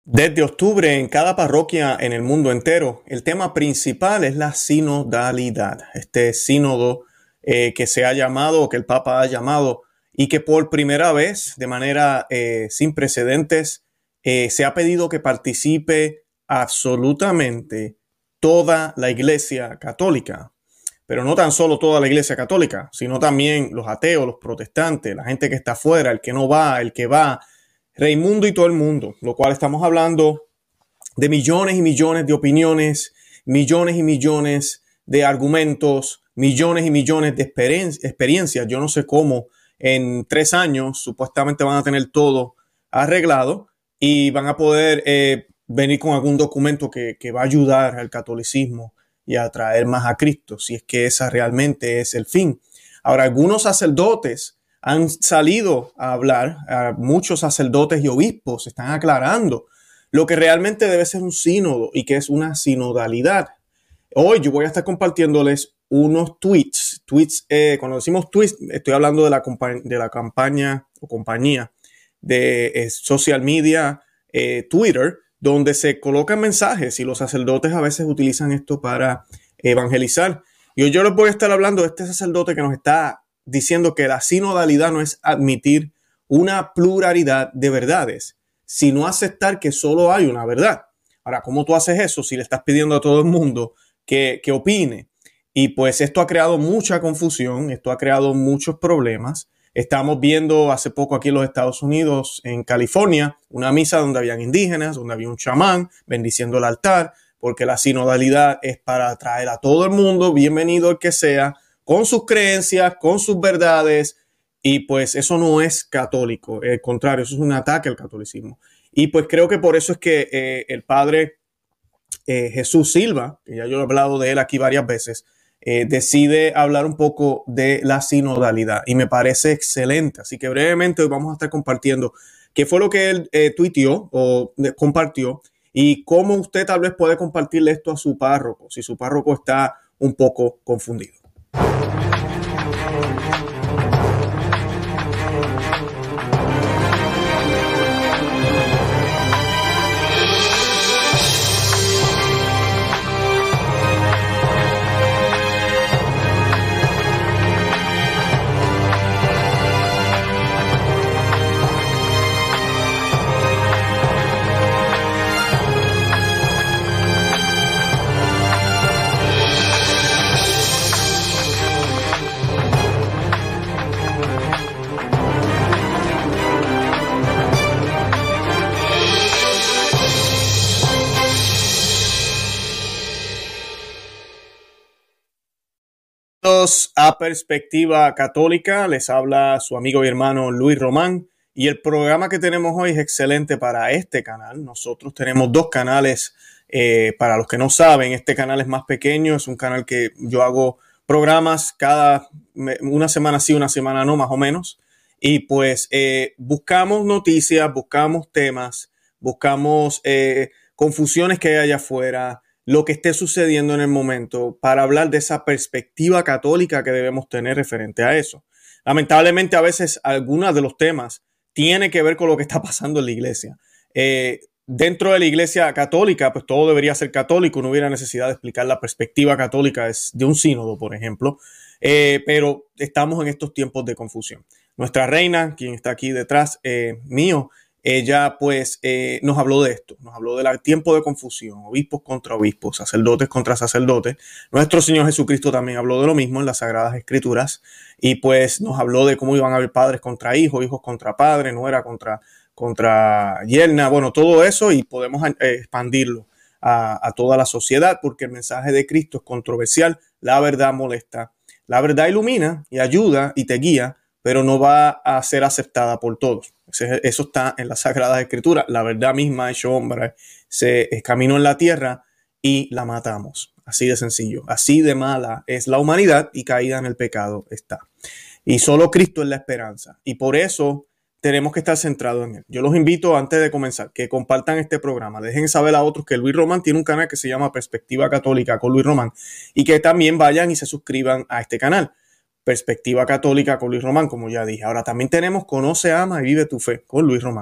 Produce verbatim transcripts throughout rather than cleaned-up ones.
Desde octubre, en cada parroquia en el mundo entero, el tema principal es la sinodalidad. Este sínodo eh, que se ha llamado, o que el Papa ha llamado, y que por primera vez, de manera eh, sin precedentes, eh, se ha pedido que participe absolutamente toda la Iglesia Católica. Pero no tan solo toda la Iglesia Católica, sino también los ateos, los protestantes, la gente que está afuera, el que no va, el que va, Raimundo y todo el mundo, lo cual estamos hablando de millones y millones de opiniones, millones y millones de argumentos, millones y millones de experien- experiencias. Yo no sé cómo en tres años supuestamente van a tener todo arreglado y van a poder eh, venir con algún documento que, que va a ayudar al catolicismo y a atraer más a Cristo, si es que esa realmente es el fin. Ahora, algunos sacerdotes han salido a hablar, a muchos sacerdotes y obispos están aclarando lo que realmente debe ser un sínodo y que es una sinodalidad. Hoy yo voy a estar compartiéndoles unos tweets. Tweets, eh, cuando decimos tweets, estoy hablando de la, de la campaña o compañía de eh, social media, eh, Twitter, donde se colocan mensajes y los sacerdotes a veces utilizan esto para evangelizar. Y hoy yo les voy a estar hablando de este sacerdote que nos está diciendo que la sinodalidad no es admitir una pluralidad de verdades, sino aceptar que solo hay una verdad. Ahora, ¿cómo tú haces eso si le estás pidiendo a todo el mundo que, que opine? Y pues esto ha creado mucha confusión, esto ha creado muchos problemas. Estamos viendo hace poco aquí en los Estados Unidos, en California, una misa donde habían indígenas, donde había un chamán bendiciendo el altar, porque la sinodalidad es para atraer a todo el mundo, bienvenido el que sea, con sus creencias, con sus verdades, y pues eso no es católico, al contrario, eso es un ataque al catolicismo. Y pues creo que por eso es que eh, el padre eh, Jesús Silva, que ya yo he hablado de él aquí varias veces, eh, decide hablar un poco de la sinodalidad y me parece excelente. Así que brevemente hoy vamos a estar compartiendo qué fue lo que él eh, tuiteó o eh, compartió y cómo usted tal vez puede compartirle esto a su párroco, si su párroco está un poco confundido. A Perspectiva Católica, les habla su amigo y hermano Luis Román y el programa que tenemos hoy es excelente para este canal. Nosotros tenemos dos canales, eh, para los que no saben, este canal es más pequeño, es un canal que yo hago programas cada una semana sí, una semana no, más o menos, y pues eh, buscamos noticias, buscamos temas, buscamos eh, confusiones que hay allá afuera, lo que esté sucediendo en el momento para hablar de esa perspectiva católica que debemos tener referente a eso. Lamentablemente a veces algunos de los temas tienen que ver con lo que está pasando en la iglesia. Eh, dentro de la iglesia católica, pues todo debería ser católico, no hubiera necesidad de explicar la perspectiva católica de un sínodo, por ejemplo, eh, pero estamos en estos tiempos de confusión. Nuestra reina, quien está aquí detrás eh, mío, ella pues eh, nos habló de esto, nos habló del tiempo de confusión, obispos contra obispos, sacerdotes contra sacerdotes. Nuestro Señor Jesucristo también habló de lo mismo en las Sagradas Escrituras y pues nos habló de cómo iban a haber padres contra hijos, hijos contra padres, nuera contra, contra yerna, bueno, todo eso y podemos eh, expandirlo a, a toda la sociedad porque el mensaje de Cristo es controversial, la verdad molesta, la verdad ilumina y ayuda y te guía, pero no va a ser aceptada por todos. Eso está en las Sagradas Escrituras. La verdad misma hecho hombre se caminó en la tierra y la matamos. Así de sencillo. Así de mala es la humanidad y caída en el pecado está. Y solo Cristo es la esperanza. Y por eso tenemos que estar centrados en él. Yo los invito, antes de comenzar, que compartan este programa. Dejen saber a otros que Luis Román tiene un canal que se llama Perspectiva Católica con Luis Román y que también vayan y se suscriban a este canal. Perspectiva Católica con Luis Román, como ya dije. Ahora también tenemos Conoce, Ama y Vive tu Fe con Luis Román.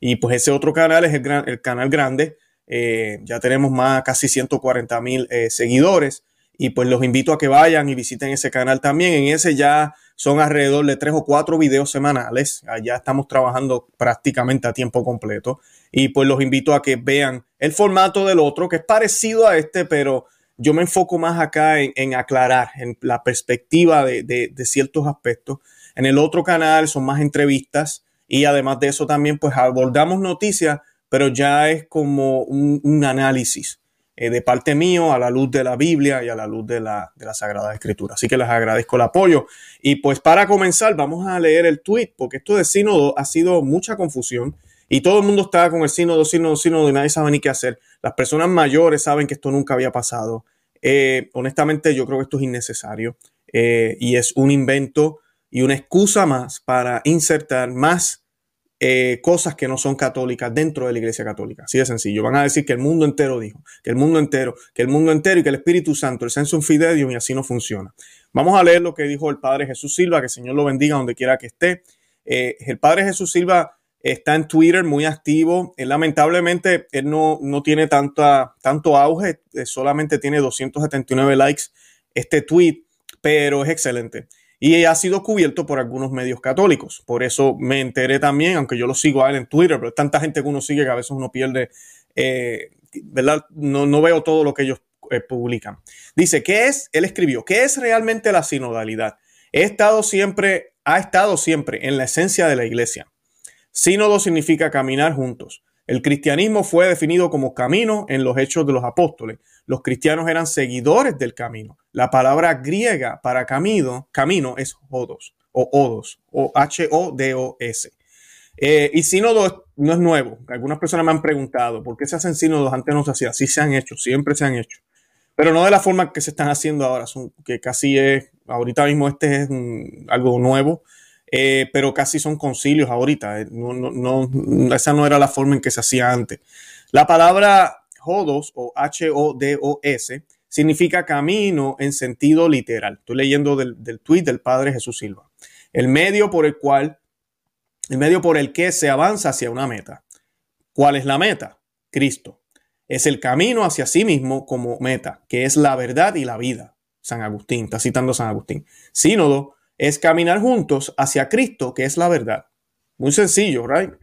Y pues ese otro canal es el, gran, el canal grande. Eh, ya tenemos más, casi ciento cuarenta mil eh, seguidores. Y pues los invito a que vayan y visiten ese canal también. En ese ya son alrededor de tres o cuatro videos semanales. Allá estamos trabajando prácticamente a tiempo completo. Y pues los invito a que vean el formato del otro, que es parecido a este, pero yo me enfoco más acá en, en aclarar, en la perspectiva de, de, de ciertos aspectos. En el otro canal son más entrevistas y además de eso también pues abordamos noticias, pero ya es como un, un análisis eh, de parte mío a la luz de la Biblia y a la luz de la, de la Sagrada Escritura. Así que les agradezco el apoyo. Y pues para comenzar vamos a leer el tweet, porque esto de sínodo ha sido mucha confusión. Y todo el mundo está con el sínodo, sínodo, sínodo y nadie sabe ni qué hacer. Las personas mayores saben que esto nunca había pasado. Eh, honestamente, yo creo que esto es innecesario eh, y es un invento y una excusa más para insertar más eh, cosas que no son católicas dentro de la Iglesia Católica. Así de sencillo. Van a decir que el mundo entero dijo, que el mundo entero, que el mundo entero y que el Espíritu Santo, el Sensum Fidelium, y así no funciona. Vamos a leer lo que dijo el Padre Jesús Silva, que el Señor lo bendiga donde quiera que esté. Eh, el Padre Jesús Silva está en Twitter muy activo. Él, lamentablemente, él no, no tiene tanta, tanto auge. Eh, solamente tiene doscientos setenta y nueve likes este tweet, pero es excelente. Y ha sido cubierto por algunos medios católicos. Por eso me enteré también, aunque yo lo sigo a él en Twitter, pero es tanta gente que uno sigue que a veces uno pierde, eh, ¿verdad? No, no veo todo lo que ellos eh, publican. Dice, ¿qué es? Él escribió, ¿qué es realmente la sinodalidad? He estado siempre, ha estado siempre en la esencia de la iglesia. Sínodo significa caminar juntos. El cristianismo fue definido como camino en los Hechos de los Apóstoles. Los cristianos eran seguidores del camino. La palabra griega para camino, camino es hodos o odos o H O D O S. Eh, y sínodo no es nuevo. Algunas personas me han preguntado por qué se hacen sínodos. Antes no se hacía. Sí se han hecho, siempre se han hecho. Pero no de la forma que se están haciendo ahora. Son, que casi es, ahorita mismo este es un, algo nuevo. Eh, pero casi son concilios ahorita. No, no, no, esa no era la forma en que se hacía antes. La palabra hodos o H O D O S significa camino en sentido literal. Estoy leyendo del, del tweet del Padre Jesús Silva. El medio por el cual, el medio por el que se avanza hacia una meta. ¿Cuál es la meta? Cristo. Es el camino hacia sí mismo como meta, que es la verdad y la vida. San Agustín, está citando San Agustín. Sínodo es caminar juntos hacia Cristo, que es la verdad. Muy sencillo, ¿right?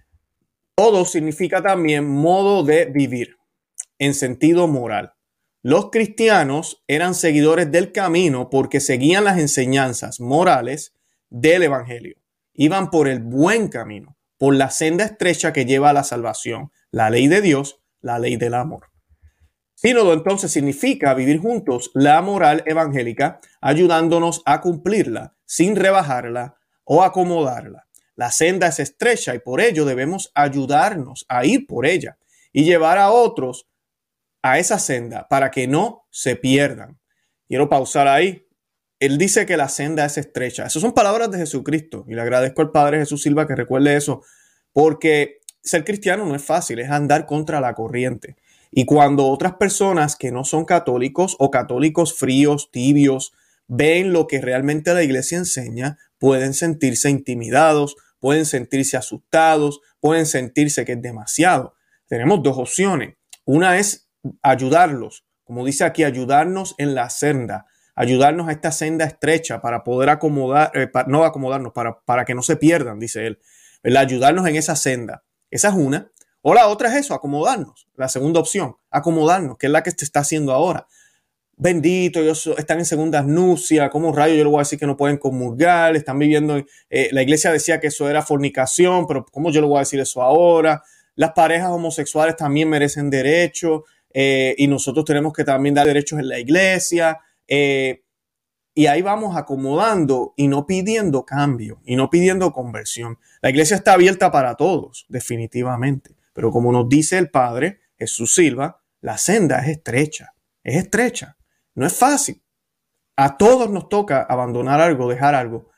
Todo significa también modo de vivir, en sentido moral. Los cristianos eran seguidores del camino porque seguían las enseñanzas morales del Evangelio. Iban por el buen camino, por la senda estrecha que lleva a la salvación, la ley de Dios, la ley del amor. Sínodo entonces significa vivir juntos la moral evangélica, ayudándonos a cumplirla sin rebajarla o acomodarla. La senda es estrecha y por ello debemos ayudarnos a ir por ella y llevar a otros a esa senda para que no se pierdan. Quiero pausar ahí. Él dice que la senda es estrecha. Esas son palabras de Jesucristo y le agradezco al Padre Jesús Silva que recuerde eso, porque ser cristiano no es fácil, es andar contra la corriente. Y cuando otras personas que no son católicos o católicos fríos, tibios, ven lo que realmente la iglesia enseña, pueden sentirse intimidados, pueden sentirse asustados, pueden sentirse que es demasiado. Tenemos dos opciones. Una es ayudarlos, como dice aquí, ayudarnos en la senda, ayudarnos a esta senda estrecha para poder acomodar, eh, para, no acomodarnos, para, para que no se pierdan, dice él, ¿verdad? Ayudarnos en esa senda. Esa es una. O la otra es eso, acomodarnos. La segunda opción, acomodarnos, que es la que se está haciendo ahora. Bendito, ellos están en segundas nupcias, ¿cómo rayos yo le voy a decir que no pueden comulgar? Están viviendo, eh, la iglesia decía que eso era fornicación, pero ¿cómo yo le voy a decir eso ahora? Las parejas homosexuales también merecen derechos eh, y nosotros tenemos que también dar derechos en la iglesia. Eh, y ahí vamos acomodando y no pidiendo cambio y no pidiendo conversión. La iglesia está abierta para todos, definitivamente. Pero como nos dice el Padre Jesús Silva, la senda es estrecha, es estrecha, no es fácil. A todos nos toca abandonar algo, dejar algo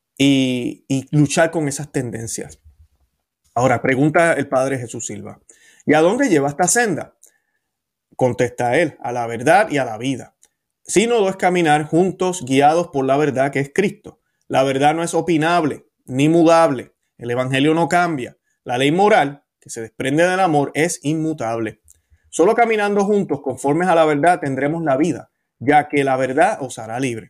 y, y luchar con esas tendencias. Ahora, pregunta el Padre Jesús Silva, ¿y a dónde lleva esta senda? Contesta él, a la verdad y a la vida. Sínodo es caminar juntos, guiados por la verdad que es Cristo. La verdad no es opinable ni mudable. El Evangelio no cambia. La ley moral, que se desprende del amor, es inmutable. Solo caminando juntos conformes a la verdad tendremos la vida, ya que la verdad os hará libre.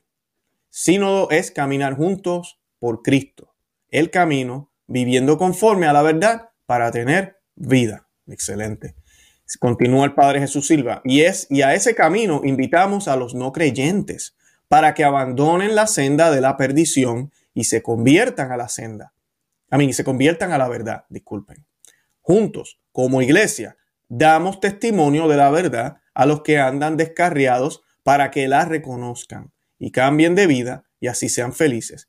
Sínodo es caminar juntos por Cristo, el camino, viviendo conforme a la verdad para tener vida. Excelente. Continúa el Padre Jesús Silva. Y, es, y a ese camino invitamos a los no creyentes para que abandonen la senda de la perdición y se conviertan a la senda. A mí, y se conviertan a la verdad, disculpen. Juntos, como iglesia, damos testimonio de la verdad a los que andan descarriados para que la reconozcan y cambien de vida y así sean felices.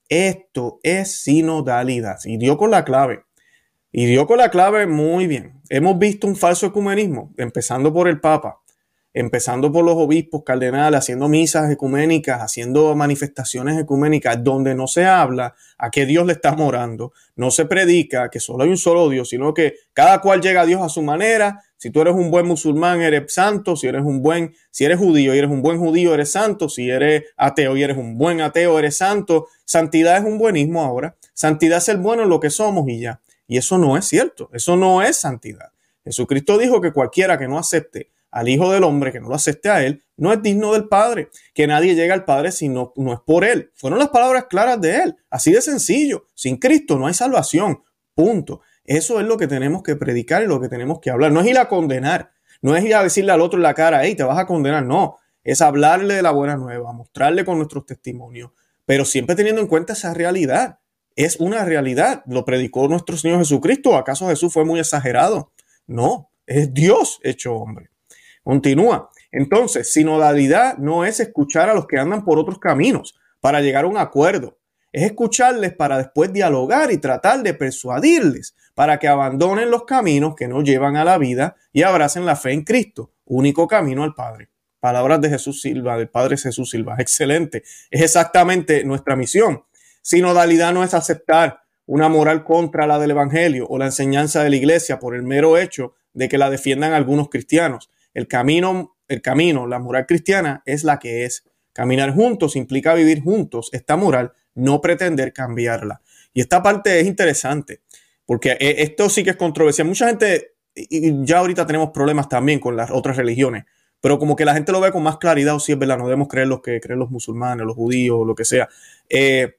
Esto es sinodalidad. Y dio con la clave. Y dio con la clave muy bien. Hemos visto un falso ecumenismo, empezando por el Papa, empezando por los obispos, cardenales, haciendo misas ecuménicas, haciendo manifestaciones ecuménicas, donde no se habla a qué Dios le estamos orando, no se predica que solo hay un solo Dios, sino que cada cual llega a Dios a su manera. Si tú eres un buen musulmán, eres santo. Si eres un buen, si eres judío y eres un buen judío, eres santo. Si eres ateo y eres un buen ateo, eres santo. Santidad es un buenismo ahora. Santidad es el bueno en lo que somos y ya. Y eso no es cierto. Eso no es santidad. Jesucristo dijo que cualquiera que no acepte al Hijo del Hombre, que no lo acepte a Él, no es digno del Padre. Que nadie llega al Padre si no, no es por Él. Fueron las palabras claras de Él. Así de sencillo. Sin Cristo no hay salvación. Punto. Eso es lo que tenemos que predicar y lo que tenemos que hablar. No es ir a condenar. No es ir a decirle al otro en la cara, hey, te vas a condenar. No. Es hablarle de la buena nueva, mostrarle con nuestros testimonios, pero siempre teniendo en cuenta esa realidad. Es una realidad. ¿Lo predicó nuestro Señor Jesucristo? ¿O acaso Jesús fue muy exagerado? No. Es Dios hecho hombre. Continúa. Entonces, sinodalidad no es escuchar a los que andan por otros caminos para llegar a un acuerdo. Es escucharles para después dialogar y tratar de persuadirles para que abandonen los caminos que nos llevan a la vida y abracen la fe en Cristo, único camino al Padre. Palabras de Jesús Silva, del Padre Jesús Silva. Excelente. Es exactamente nuestra misión. Sinodalidad no es aceptar una moral contra la del Evangelio o la enseñanza de la iglesia por el mero hecho de que la defiendan algunos cristianos. El camino, el camino, la moral cristiana es la que es. Caminar juntos implica vivir juntos esta moral, no pretender cambiarla. Y esta parte es interesante, porque esto sí que es controversial. Mucha gente, y ya ahorita tenemos problemas también con las otras religiones, pero como que la gente lo ve con más claridad, o si es verdad, no debemos creer los que creen los musulmanes, los judíos, lo que sea, eh,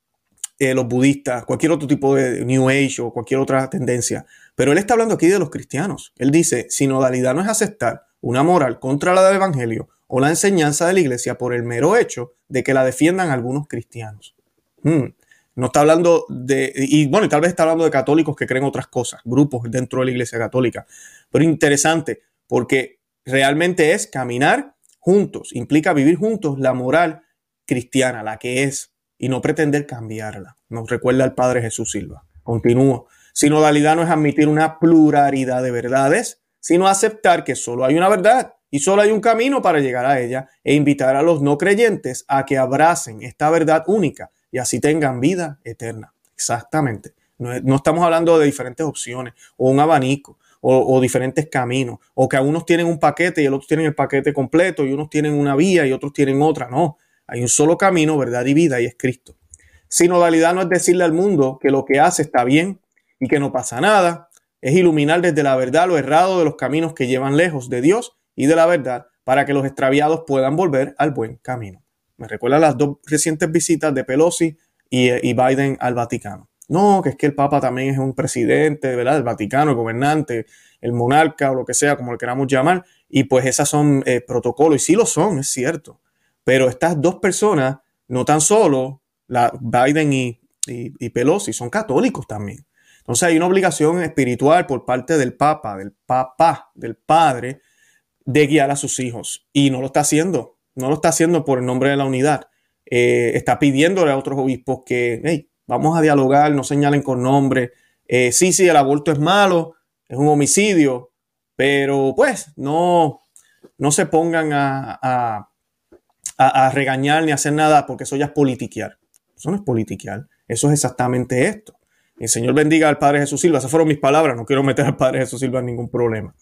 eh, los budistas, cualquier otro tipo de New Age o cualquier otra tendencia. Pero él está hablando aquí de los cristianos. Él dice, sinodalidad no es aceptar una moral contra la del Evangelio o la enseñanza de la iglesia por el mero hecho de que la defiendan algunos cristianos. Hmm. No está hablando de, y bueno, y tal vez está hablando de católicos que creen otras cosas, grupos dentro de la iglesia católica. Pero interesante, porque realmente es caminar juntos, implica vivir juntos la moral cristiana, la que es, y no pretender cambiarla. Nos recuerda el Padre Jesús Silva. Continúo. Sinodalidad no es admitir una pluralidad de verdades, sino aceptar que solo hay una verdad y solo hay un camino para llegar a ella e invitar a los no creyentes a que abracen esta verdad única y así tengan vida eterna. Exactamente. No, no estamos hablando de diferentes opciones o un abanico o, o diferentes caminos o que unos tienen un paquete y el otros tienen el paquete completo y unos tienen una vía y otros tienen otra. No, hay un solo camino, verdad y vida y es Cristo. Sinodalidad no es decirle al mundo que lo que hace está bien y que no pasa nada. Es iluminar desde la verdad lo errado de los caminos que llevan lejos de Dios y de la verdad para que los extraviados puedan volver al buen camino. Me recuerda las dos recientes visitas de Pelosi y, y Biden al Vaticano. No, que es que el Papa también es un presidente, ¿verdad? El Vaticano, el gobernante, el monarca o lo que sea, como lo queramos llamar. Y pues esas son eh, protocolos. Y sí lo son, es cierto. Pero estas dos personas, no tan solo la Biden y, y, y Pelosi, son católicos también. Entonces hay una obligación espiritual por parte del Papa, del Papá, del Padre, de guiar a sus hijos. Y no lo está haciendo. No lo está haciendo por el nombre de la unidad. Eh, está pidiéndole a otros obispos que, hey, vamos a dialogar, no señalen con nombre. Eh, sí, sí, el aborto es malo, es un homicidio, pero pues no, no se pongan a, a, a, a regañar ni a hacer nada porque eso ya es politiquear. Eso no es politiquear, eso es exactamente esto. El Señor bendiga al Padre Jesús Silva. Esas fueron mis palabras, no quiero meter al Padre Jesús Silva en ningún problema.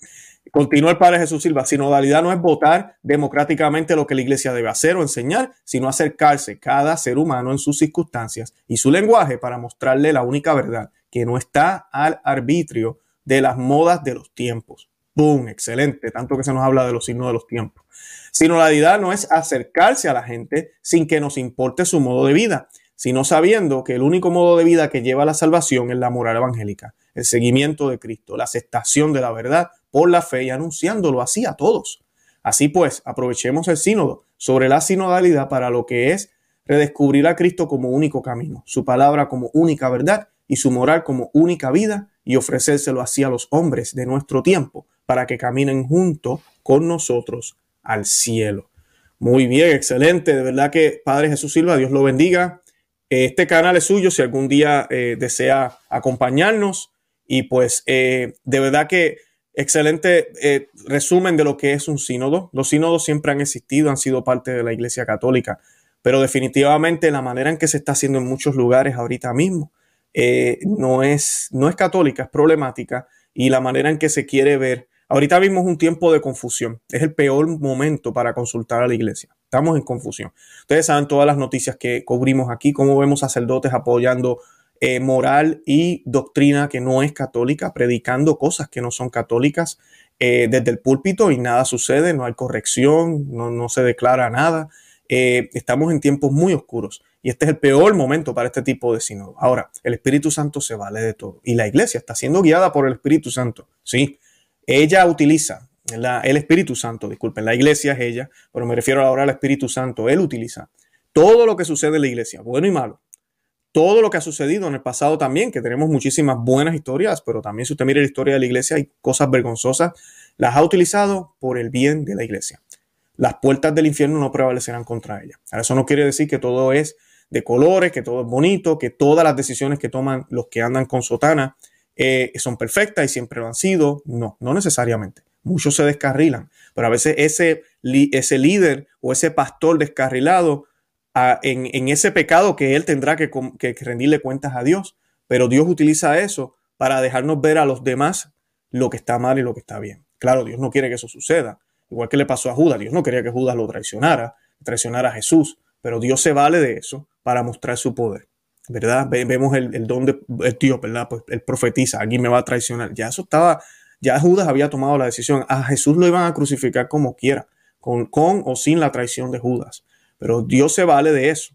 Continúa el padre Jesús Silva. Sinodalidad no es votar democráticamente lo que la iglesia debe hacer o enseñar, sino acercarse cada ser humano en sus circunstancias y su lenguaje para mostrarle la única verdad, que no está al arbitrio de las modas de los tiempos. ¡Bum! Excelente. Tanto que se nos habla de los signos de los tiempos. Sinodalidad no es acercarse a la gente sin que nos importe su modo de vida, sino sabiendo que el único modo de vida que lleva a la salvación es la moral evangélica, el seguimiento de Cristo, la aceptación de la verdad por la fe y anunciándolo así a todos. Así pues, aprovechemos el sínodo sobre la sinodalidad para lo que es redescubrir a Cristo como único camino, su palabra como única verdad y su moral como única vida, y ofrecérselo así a los hombres de nuestro tiempo para que caminen junto con nosotros al cielo. Muy bien, excelente. De verdad que Padre Jesús Silva, Dios lo bendiga. Este canal es suyo si algún día eh, desea acompañarnos. Y pues eh, de verdad que excelente eh, resumen de lo que es un sínodo. Los sínodos siempre han existido, han sido parte de la Iglesia Católica, pero definitivamente la manera en que se está haciendo en muchos lugares ahorita mismo eh, no es, no es católica, es problemática, y la manera en que se quiere ver. Ahorita mismo es un tiempo de confusión. Es el peor momento para consultar a la iglesia. Estamos en confusión. Ustedes saben todas las noticias que cubrimos aquí, cómo vemos sacerdotes apoyando eh, moral y doctrina que no es católica, predicando cosas que no son católicas eh, desde el púlpito, y nada sucede, no hay corrección, no, no se declara nada. Eh, estamos en tiempos muy oscuros y este es el peor momento para este tipo de sínodo. Ahora, el Espíritu Santo se vale de todo y la iglesia está siendo guiada por el Espíritu Santo. Sí. Ella utiliza, la, el Espíritu Santo, disculpen, la iglesia es ella, pero me refiero ahora al Espíritu Santo. Él utiliza todo lo que sucede en la iglesia, bueno y malo. Todo lo que ha sucedido en el pasado también, que tenemos muchísimas buenas historias, pero también si usted mira la historia de la iglesia hay cosas vergonzosas. Las ha utilizado por el bien de la iglesia. Las puertas del infierno no prevalecerán contra ella. Ahora, eso no quiere decir que todo es de colores, que todo es bonito, que todas las decisiones que toman los que andan con sotana Eh, son perfectas y siempre lo han sido. No, no necesariamente. Muchos se descarrilan, pero a veces ese, ese líder o ese pastor descarrilado a, en, en ese pecado que él tendrá que, que rendirle cuentas a Dios, pero Dios utiliza eso para dejarnos ver a los demás lo que está mal y lo que está bien. Claro, Dios no quiere que eso suceda. Igual que le pasó a Judas. Dios no quería que Judas lo traicionara, traicionara a Jesús, pero Dios se vale de eso para mostrar su poder. ¿Verdad? Vemos el, el don de el tío, ¿verdad? Pues él profetiza, alguien me va a traicionar. Ya eso estaba, ya Judas había tomado la decisión. A Jesús lo iban a crucificar como quiera, con, con o sin la traición de Judas. Pero Dios se vale de eso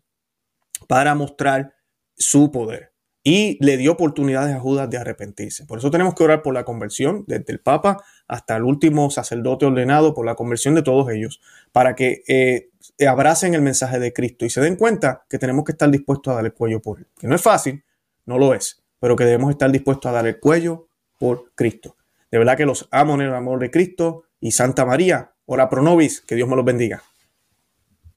para mostrar su poder. Y le dio oportunidades a Judas de arrepentirse. Por eso tenemos que orar por la conversión, desde el Papa hasta el último sacerdote ordenado, por la conversión de todos ellos, para que eh, abracen el mensaje de Cristo y se den cuenta que tenemos que estar dispuestos a dar el cuello por él. Que no es fácil, no lo es, pero que debemos estar dispuestos a dar el cuello por Cristo. De verdad que los amo en el amor de Cristo, y Santa María, ora pro nobis, que Dios me los bendiga.